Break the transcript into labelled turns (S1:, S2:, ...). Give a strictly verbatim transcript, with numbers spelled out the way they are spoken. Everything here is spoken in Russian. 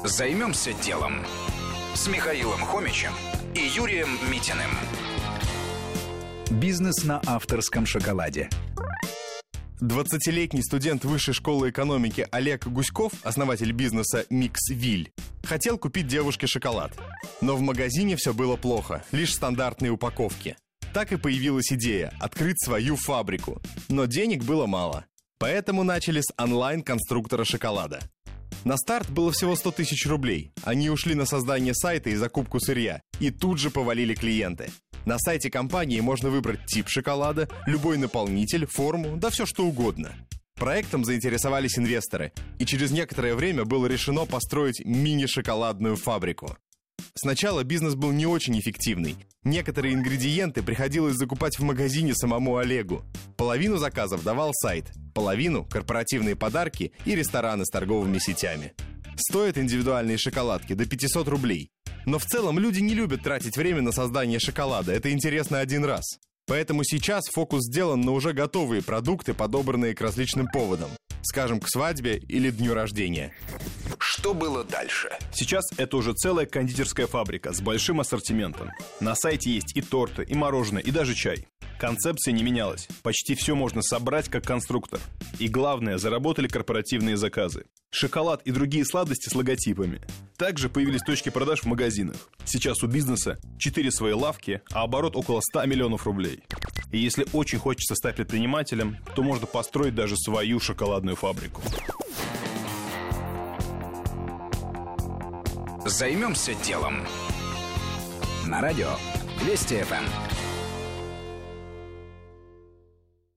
S1: Займемся делом с Михаилом Хомичем и Юрием Митиным.
S2: Бизнес на авторском шоколаде.
S3: двадцатилетний студент Высшей школы экономики Олег Гуськов, основатель бизнеса «Миксвиль», хотел купить девушке шоколад. Но в магазине все было плохо, лишь стандартные упаковки. Так и появилась идея – открыть свою фабрику. Но денег было мало. Поэтому начали с онлайн-конструктора шоколада. На старт было всего сто тысяч рублей. Они ушли на создание сайта и закупку сырья. И тут же повалили клиенты. На сайте компании можно выбрать тип шоколада, любой наполнитель, форму, да все что угодно. Проектом заинтересовались инвесторы, и через некоторое время было решено построить мини-шоколадную фабрику. Сначала бизнес был не очень эффективный. Некоторые ингредиенты приходилось закупать в магазине самому Олегу. Половину заказов давал сайт, половину – корпоративные подарки и рестораны с торговыми сетями. Стоят индивидуальные шоколадки до пятьсот рублей. Но в целом люди не любят тратить время на создание шоколада, это интересно один раз. Поэтому сейчас фокус сделан на уже готовые продукты, подобранные к различным поводам. Скажем, к свадьбе или дню рождения.
S1: Что было дальше?
S4: Сейчас это уже целая кондитерская фабрика с большим ассортиментом. На сайте есть и торты, и мороженое, и даже чай. Концепция не менялась. Почти все можно собрать как конструктор. И главное, заработали корпоративные заказы. Шоколад и другие сладости с логотипами. Также появились точки продаж в магазинах. Сейчас у бизнеса четыре свои лавки, а оборот около ста миллионов рублей. И если очень хочется стать предпринимателем, то можно построить даже свою шоколадную фабрику.
S1: Займемся делом. На радио Вести эф эм.